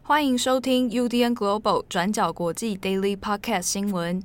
欢迎收听 UDN Global 转角国际 Daily Podcast 新闻。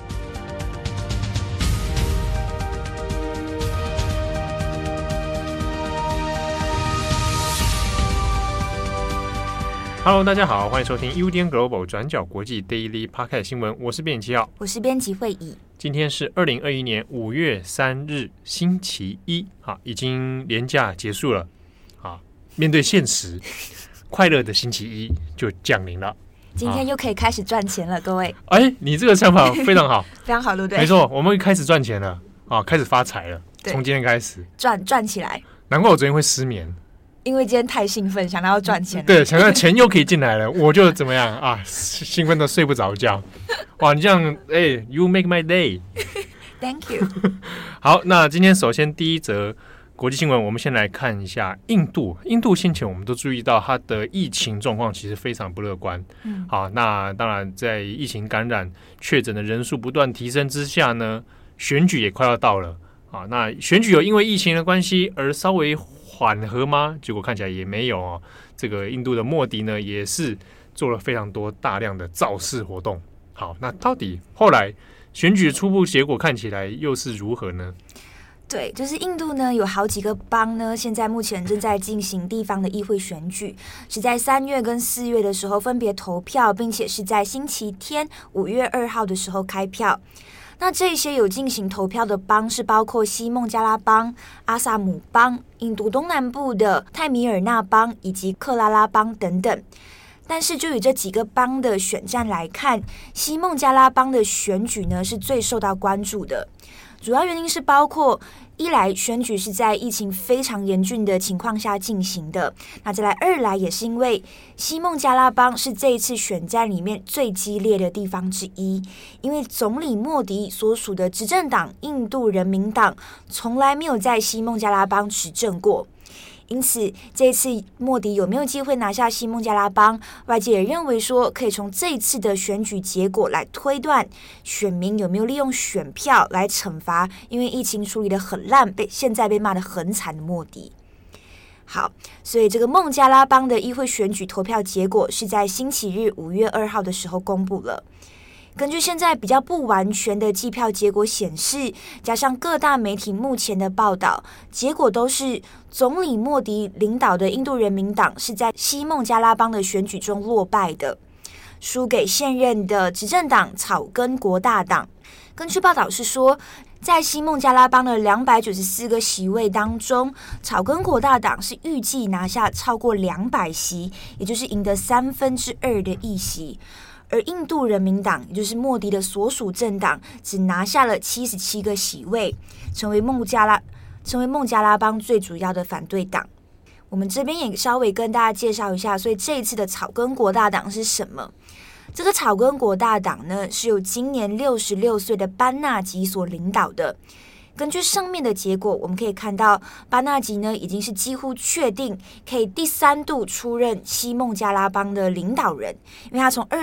Hello， 大家好，欢迎收听 UDN Global 转角国际 Daily Podcast 新闻，我是编辑7号， 我是编辑慧仪。 今天是2021年5月3日，星期一，已经连假结束了，面对现实，快乐的星期一就降临了。 今天又可以开始赚钱了，各位。 你这个想法非常好， 非常好，对不对？ 没错，我们开始赚钱了，开始发财了，从今天开始赚起来。难怪我昨天会失眠。 因为今天太兴奋，想到要赚钱了。 对，想到钱又可以进来了，我就怎么样啊？兴奋的睡不着觉。哇，你这样，you make my day。 Thank you。 好，那今天首先第一则国际新闻，我们先来看一下印度。印度先前我们都注意到它的疫情状况其实非常不乐观。好，那当然在疫情感染确诊的人数不断提升之下呢，选举也快要到了。那选举有因为疫情的关系而稍微缓和吗？结果看起来也没有哦。这个印度的莫迪呢，也是做了非常多大量的造势活动。好，那到底后来选举的初步结果看起来又是如何呢？ 对，就是印度呢有好几个邦呢，现在目前正在进行地方的议会选举，是在3月跟4月的时候分别投票，并且是在星期天5月2号的时候开票。那这些有进行投票的邦是包括西孟加拉邦、阿萨姆邦、印度东南部的泰米尔纳邦以及克拉拉邦等等。但是就以这几个邦的选战来看，西孟加拉邦的选举呢是最受到关注的。主要原因是包括一来选举是在疫情非常严峻的情况下进行的，那再来二来也是因为西孟加拉邦是这一次选战里面最激烈的地方之一，因为总理莫迪所属的执政党印度人民党从来没有在西孟加拉邦执政过。因此这一次莫迪有没有机会拿下西孟加拉邦，外界也认为说可以从这一次的选举结果来推断选民有没有利用选票来惩罚因为疫情处理得很烂现在被骂得很惨的莫迪。好，所以这个孟加拉邦的议会选举投票结果是在星期日5月2号的时候公布了。根据现在比较不完全的计票结果显示，加上各大媒体目前的报道，结果都是总理莫迪领导的印度人民党是在西孟加拉邦的选举中落败的，输给现任的执政党草根国大党。根据报道是说，在西孟加拉邦的294个席位当中，草根国大党是预计拿下超过200席，也就是赢得2/3的议席。而印度人民党，也就是莫迪的所属政党，只拿下了77个席位，成为孟加拉邦最主要的反对党。我们这边也稍微跟大家介绍一下，所以这一次的草根国大党是什么？这个草根国大党呢，是由今年66岁的班纳吉所领导的。根据上面的结果，我们可以看到班纳吉呢已经是几乎确定可以第3度出任西孟加拉邦的领导人，因为他从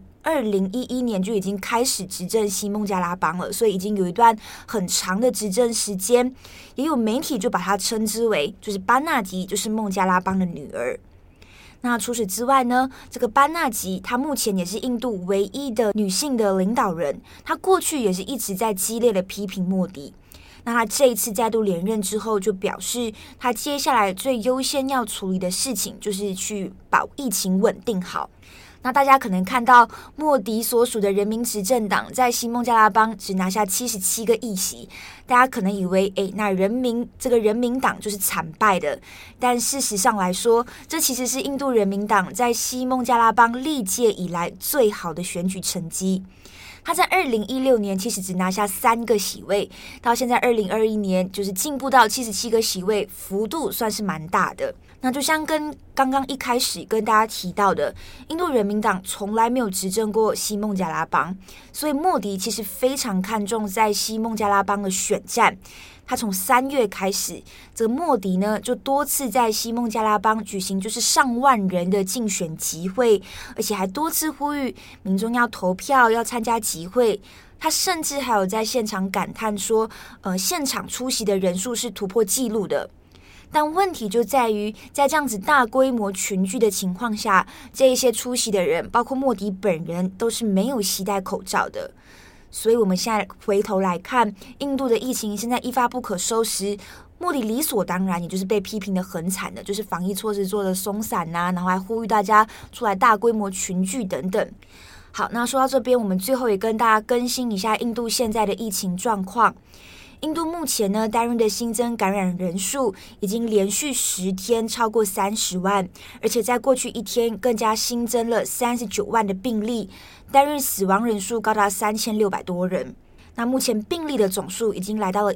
2011年就已经开始执政西孟加拉邦了，所以已经有一段很长的执政时间。也有媒体就把他称之为就是班纳吉就是孟加拉邦的女儿。那除此之外呢，这个班纳吉她目前也是印度唯一的女性的领导人，她过去也是一直在激烈的批评莫迪。那他这一次再度连任之后，就表示他接下来最优先要处理的事情就是去保疫情稳定好。那大家可能看到莫迪所属的人民执政党在西孟加拉邦只拿下77个议席，大家可能以为那这个人民党就是惨败的，但事实上来说，这其实是印度人民党在西孟加拉邦历届以来最好的选举成绩。他在2016年其实只拿下3个席位，到现在2021年就是进步到77个席位，幅度算是蛮大的。那就像跟刚刚一开始跟大家提到的，印度人民党从来没有执政过西孟加拉邦，所以莫迪其实非常看重在西孟加拉邦的选战。他从3月开始，这个莫迪呢就多次在西孟加拉邦举行就是上万人的竞选集会，而且还多次呼吁民众要投票要参加集会。他甚至还有在现场感叹说现场出席的人数是突破纪录的。 但问题就在于，在这样子大规模群聚的情况下，这一些出席的人，包括莫迪本人，都是没有携带口罩的。所以我们现在回头来看，印度的疫情现在一发不可收拾。莫迪理所当然，也就是被批评的很惨的，就是防疫措施做的松散然后还呼吁大家出来大规模群聚等等。好，那说到这边，我们最后也跟大家更新一下印度现在的疫情状况。印度目前呢，单日的新增感染人数已经连续10天超过30万，而且在过去一天更加新增了39万的病例，单日死亡人数高达3600多人。那目前病例的总数已经来到了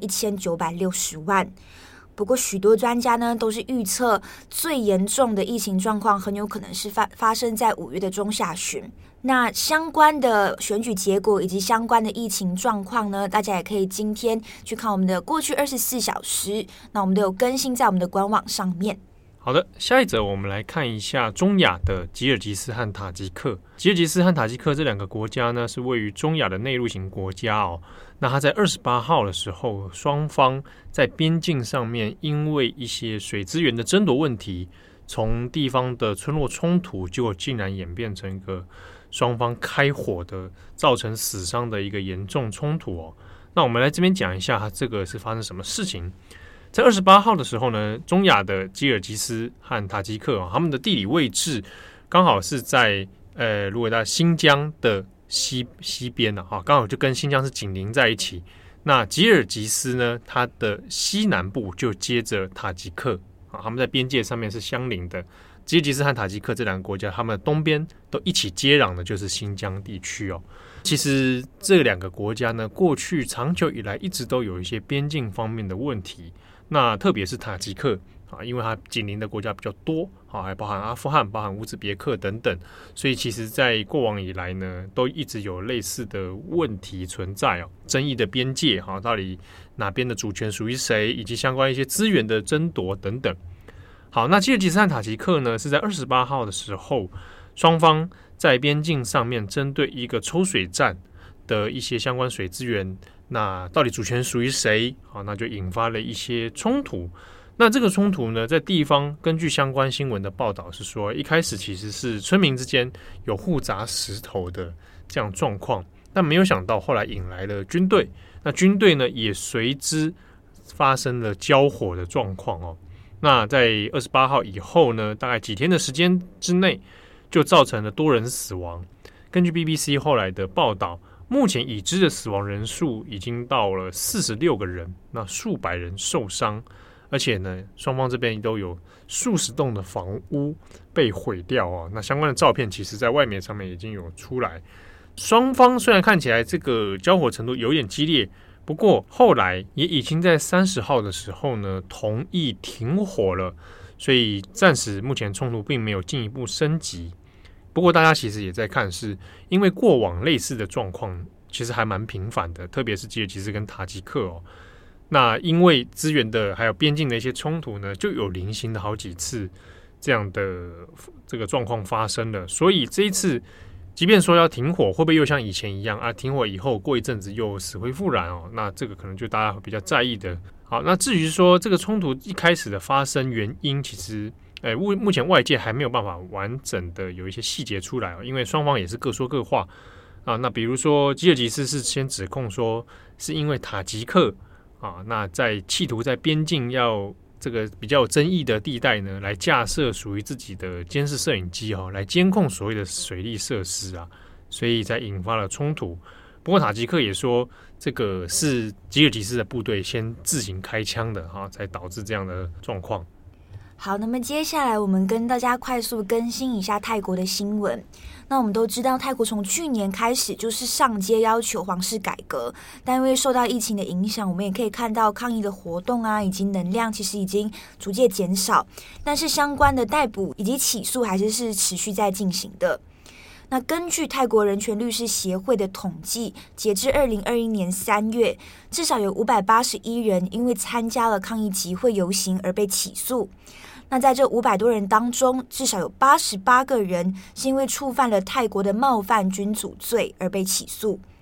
1960万。不过许多专家呢都是预测最严重的疫情状况很有可能是发生在5月的中下旬。那相关的选举结果以及相关的疫情状况呢，大家也可以今天去看我们的过去24小时，那我们都有更新在我们的官网上面。 好的，下一则我们来看一下中亚的吉尔吉斯和塔吉克。吉尔吉斯和塔吉克这两个国家呢，是位于中亚的内陆型国家哦。那它在28号的时候，双方在边境上面因为一些水资源的争夺问题，从地方的村落冲突，结果竟然演变成一个双方开火的，造成死伤的一个严重冲突哦。那我们来这边讲一下，它这个是发生什么事情。在28号的时候呢，中亚的吉尔吉斯和塔吉克他们的地理位置刚好是在如果在新疆的西边刚好就跟新疆是紧邻在一起。那吉尔吉斯呢，它的西南部就接着塔吉克他们在边界上面是相邻的。吉尔吉斯和塔吉克这两个国家，他们的东边都一起接壤的就是新疆地区哦。其实这两个国家呢，过去长久以来一直都有一些边境方面的问题。那特别是塔吉克因为它紧邻的国家比较多还包含阿富汗、包含乌兹别克等等，所以其实在过往以来呢，都一直有类似的问题存在争议的边界到底哪边的主权属于谁，以及相关一些资源的争夺等等。好，那吉尔吉斯和塔吉克呢，是在28号的时候，双方在边境上面针对一个抽水站的一些相关水资源，那到底主权属于谁？那就引发了一些冲突。那这个冲突呢，在地方根据相关新闻的报道是说，一开始其实是村民之间有互砸石头的这样状况，但没有想到后来引来了军队，那军队呢也随之发生了交火的状况那在28号以后呢，大概几天的时间之内，就造成了多人死亡。根据 BBC 后来的报道，目前已知的死亡人数已经到了46个人，那数百人受伤，而且呢，双方这边都有数十栋的房屋被毁掉那相关的照片其实在外面上面已经有出来。双方虽然看起来这个交火程度有点激烈，不过后来也已经在30号的时候呢，同意停火了，所以暂时目前冲突并没有进一步升级。不过大家其实也在看，是因为过往类似的状况其实还蛮频繁的，特别是吉尔吉斯跟塔吉克那因为资源的还有边境的一些冲突呢，就有零星的好几次这样的这个状况发生了。所以这一次即便说要停火，会不会又像以前一样停火以后过一阵子又死灰复燃那这个可能就大家比较在意的。好，那至于说这个冲突一开始的发生原因，其实目前外界还没有办法完整的有一些细节出来因为双方也是各说各话那比如说吉尔吉斯是先指控说是因为塔吉克那在企图在边境要这个比较有争议的地带呢，来架设属于自己的监视摄影机来监控所谓的水利设施所以才引发了冲突。不过塔吉克也说，这个是吉尔吉斯的部队先自行开枪的才导致这样的状况。 好，那么接下来我们跟大家快速更新一下泰国的新闻。那我们都知道，泰国从去年开始就是上街要求皇室改革，但因为受到疫情的影响，我们也可以看到抗议的活动以及能量其实已经逐渐减少，但是相关的逮捕以及起诉还是持续在进行的。那根据泰国人权律师协会的统计，截至2021年3月，至少有581人因为参加了抗议集会游行而被起诉。那在这500多人当中，至少有88个人是因为触犯了泰国的冒犯君主罪而被起诉。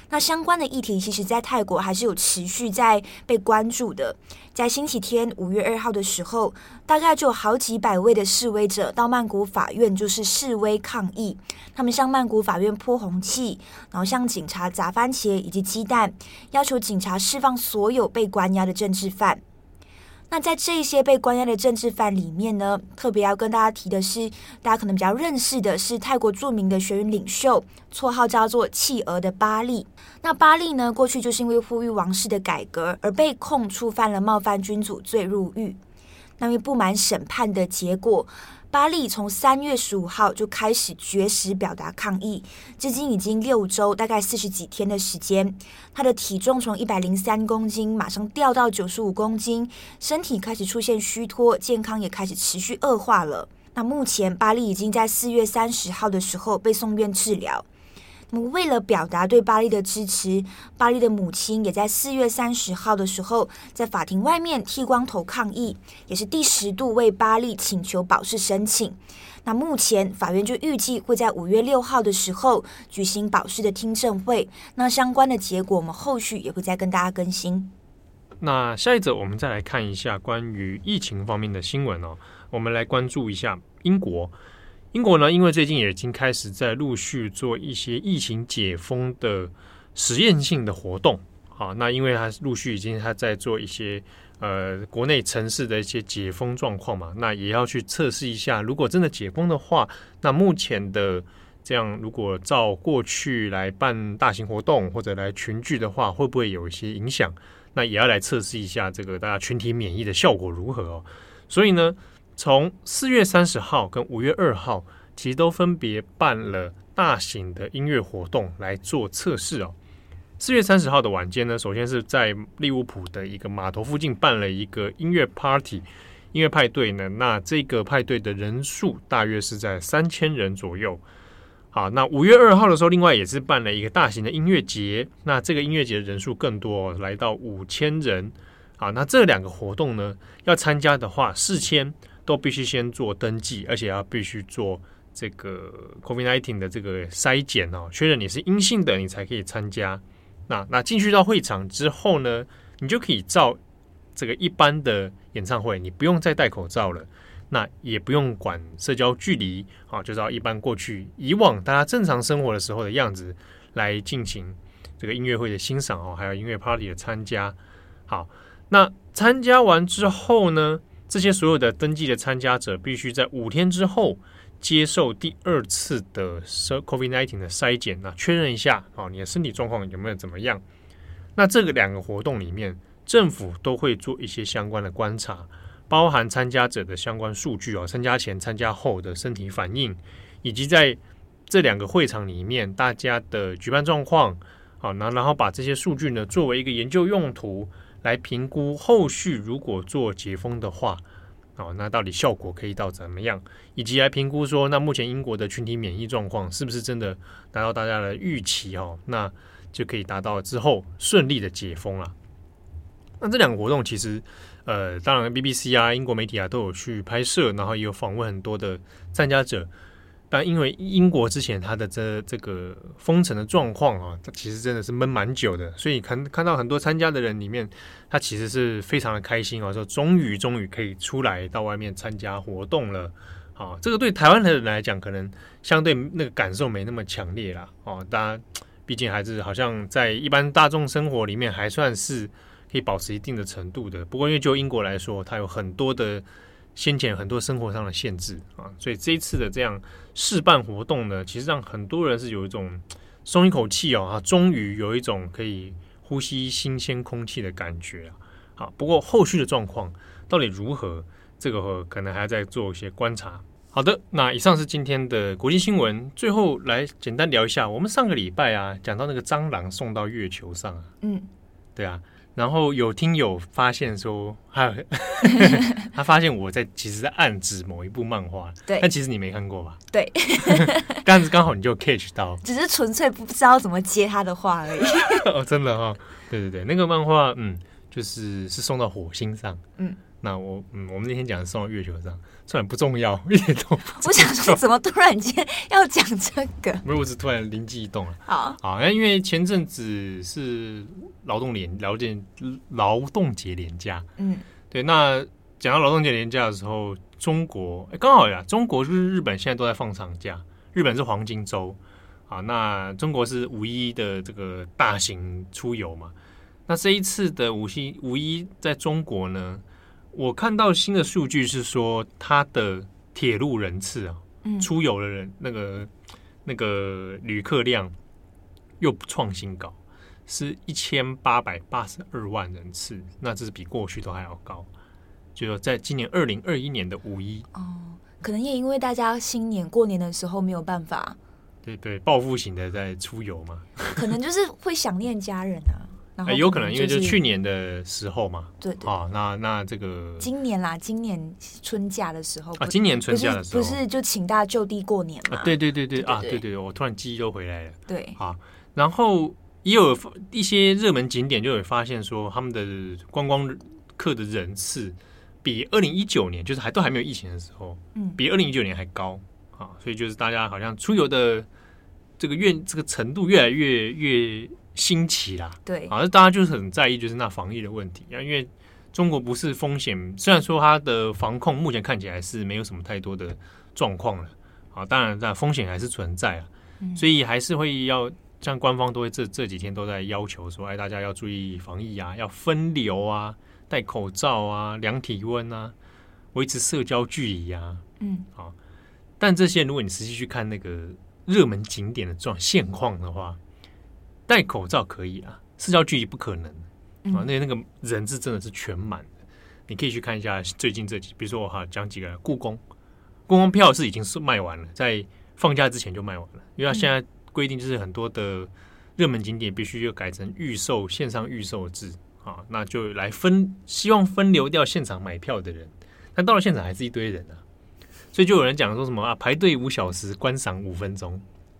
那相关的议题其实在泰国还是有持续在被关注的。在星期天5月2号的时候，大概就有好几百位的示威者到曼谷法院就是示威抗议，他们向曼谷法院泼红气，然后向警察砸番茄以及鸡蛋，要求警察释放所有被关押的政治犯。那在这些被关押的政治犯里面呢，特别要跟大家提的是，大家可能比较认识的是泰国著名的学运领袖，绰号叫做企鹅的巴利。那巴利呢，过去就是因为呼吁王室的改革而被控触犯了冒犯君主罪入狱。那因为不满审判的结果，巴利从3月15号就开始绝食表达抗议，至今已经6周，大概40几天的时间。他的体重从103公斤马上掉到95公斤，身体开始出现虚脱，健康也开始持续恶化了。那目前巴利已经在4月30号的时候被送院治疗。那么为了表达对巴利的支持，巴利的母亲也在4月30号的时候在法庭外面剃光头抗议，也是第10度为巴利请求保释申请。那目前法院就预计会在5月6号的时候举行保释的听证会，那相关的结果我们后续也会再跟大家更新。 那下一则我们再来看一下关于疫情方面的新闻哦，我们来关注一下英国。英国呢，因为最近也已经开始在陆续做一些疫情解封的实验性的活动，好，那因为它陆续已经在做一些国内城市的一些解封状况嘛，那也要去测试一下，如果真的解封的话，那目前的这样如果照过去来办大型活动或者来群聚的话，会不会有一些影响？那也要来测试一下这个大家群体免疫的效果如何哦。所以呢，从4月30号跟5月2号，其实都分别办了大型的音乐活动来做测试哦。4月30号的晚间呢，首先是在利物浦的一个码头附近办了一个音乐 party 音乐派对呢，那这个派对的人数大约是在3000人左右。好，那5月2号的时候，另外也是办了一个大型的音乐节，那这个音乐节的人数更多，来到5000人。好，那这2个活动呢，要参加的话，事先都必须先做登记，而且要必须做这个 COVID-19 的这个筛检哦，确认你是阴性的，你才可以参加。那进去到会场之后呢，你就可以照这个一般的演唱会，你不用再戴口罩了，那也不用管社交距离啊，就照一般过去以往大家正常生活的时候的样子来进行这个音乐会的欣赏哦，还有音乐 party 的参加。好，那参加完之后呢，这些所有的登记的参加者必须在5天之后接受第2次的 COVID-19 的筛检，那确认一下你的身体状况有没有怎么样。那这个2个活动里面，政府都会做一些相关的观察，包含参加者的相关数据参加前参加后的身体反应，以及在这2个会场里面大家的举办状况，然后把这些数据呢作为一个研究用途来评估后续如果做解封的话，那到底效果可以到怎么样，以及来评估说那目前英国的群体免疫状况是不是真的达到大家的预期那就可以达到之后顺利的解封了。那这2个活动其实当然 BBC 英国媒体都有去拍摄，然后也有访问很多的参加者。但因为英国之前它的这个封城的状况它其实真的是闷蛮久的，所以看到很多参加的人里面，他其实是非常的开心说终于可以出来到外面参加活动了。这个对台湾的人来讲，可能相对那个感受没那么强烈啦。大家毕竟还是好像在一般大众生活里面还算是可以保持一定的程度的。不过因为就英国来说，它有很多的先前很多生活上的限制所以这一次的这样试办活动呢，其实让很多人是有一种松一口气终于有一种可以呼吸新鲜空气的感觉好，不过后续的状况到底如何，这个可能还要再做一些观察。好的，那以上是今天的国际新闻。最后来简单聊一下，我们上个礼拜讲到那个蟑螂送到月球上对啊。然后有听友发现说，他发现我其实在暗指某一部漫画， 对， 但其实你没看过吧？ 对， 但是刚好你就 catch 到， 只是纯粹不知道怎么接他的话而已。 真的对对对，那个漫画就是送到火星上， 那我们那天讲的送到月球上，虽然不重要，一点都不重要。 我想说，怎么突然间要讲这个？ 没有，我只突然灵机一动了。 好， 因为前阵子是劳动节连假，对。那讲到劳动节连假的时候，中国刚好呀，中国就是日本现在都在放长假，日本是黄金周。那中国是五一的这个大型出游嘛？那这一次的五一在中国呢，我看到新的数据是说，它的铁路人次出游的人那个旅客量又创新高，是1882万人次，那这是比过去都还要高。就在今年2021年的五一可能也因为大家新年过年的时候没有办法。 对，报复型的在出游嘛， 可能就是会想念家人啊，然后有可能因为就是去年的时候嘛， 对， 那这个今年春假的时候今年春假的时候不是就请大家就地过年嘛？ 对，我突然记忆都回来了， 对然后也有一些热门景点就有发现说，他们的观光客的人次比2019年就是都还没有疫情的时候，比2019年还高。所以就是大家好像出游的这个程度越来越新奇啦。 对， 大家就是很在意就是那防疫的问题，因为中国不是风险，虽然说它的防控目前看起来是没有什么太多的状况了，当然风险还是存在啊，所以还是会要像官方都会这几天都在要求说，大家要注意防疫啊，要分流啊，戴口罩啊，量体温啊，维持社交距离啊，但这些如果你实际去看那个热门景点的现况的话，戴口罩可以啊，社交距离不可能那个人是真的是全满的。你可以去看一下最近这几，比如说我讲几个故宫票是已经是卖完了，在放假之前就卖完了，因为它现在规定就是很多的热门景点必须要改成线上预售制那就来希望分流掉现场买票的人，但到了现场还是一堆人啊。所以就有人讲说什么排队5小时，观赏5分钟。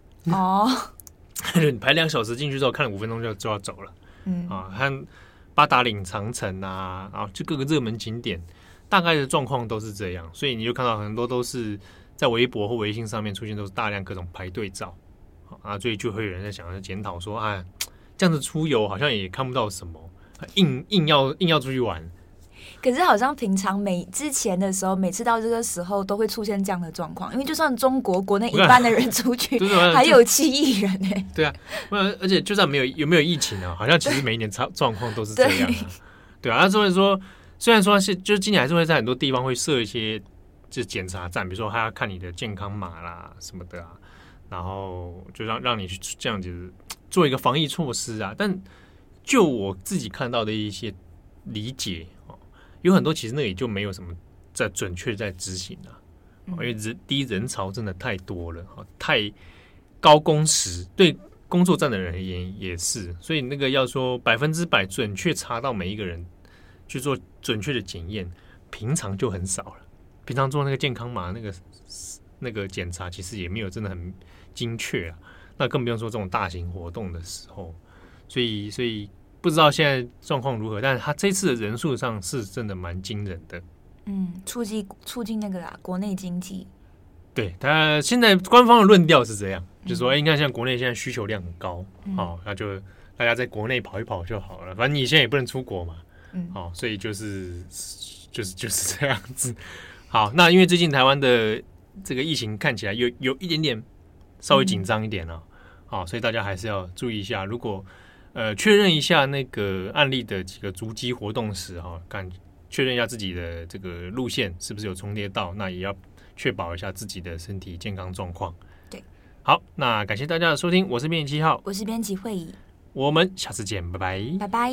排2小时进去之后，看了5分钟就要走了。和八达岭长城就各个热门景点，大概的状况都是这样。所以你就看到很多都是在微博或微信上面出现，都是大量各种排队照。所以就会有人在想要检讨说，这样子出游好像也看不到什么，硬要出去玩。 可是好像平常之前的时候，每次到这个时候都会出现这样的状况，因为就算中国国内一半的人出去，还有7亿人对啊，而且就算有没有疫情好像其实每一年状况都是这样对啊。所以说，虽然说就是今年还是会在很多地方会设一些就是检查站，比如说他要看你的健康码啦什么的然后就让你去这样子做一个防疫措施但就我自己看到的一些理解有很多其实那里就没有什么在准确在执行因为第一人潮真的太多了太高工时，对工作站的人而言也是，所以那个要说100%准确查到每一个人去做准确的检验，平常就很少了。平常做那个健康码那个检查其实也没有真的很精确那更不用说这种大型活动的时候，所以不知道现在状况如何，但是他这次的人数上是真的蛮惊人的。 促进那个国内经济。 对，他现在官方的论调是这样，就是说，你看像国内现在需求量很高，那就大家在国内跑一跑就好了，反正你现在也不能出国嘛，所以就是这样子。好，那因为最近台湾的这个疫情看起来有一点点稍微紧张一点所以大家还是要注意一下，如果确认一下那个案例的几个足迹活动时确认一下自己的这个路线是不是有重叠到，那也要确保一下自己的身体健康状况。 对， 好，那感谢大家的收听，我是编辑7号， 我是编辑慧仪， 我们下次见，拜拜， 拜拜。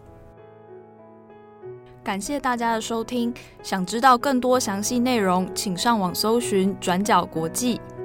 感谢大家的收听，想知道更多详细内容，请上网搜寻转角国际。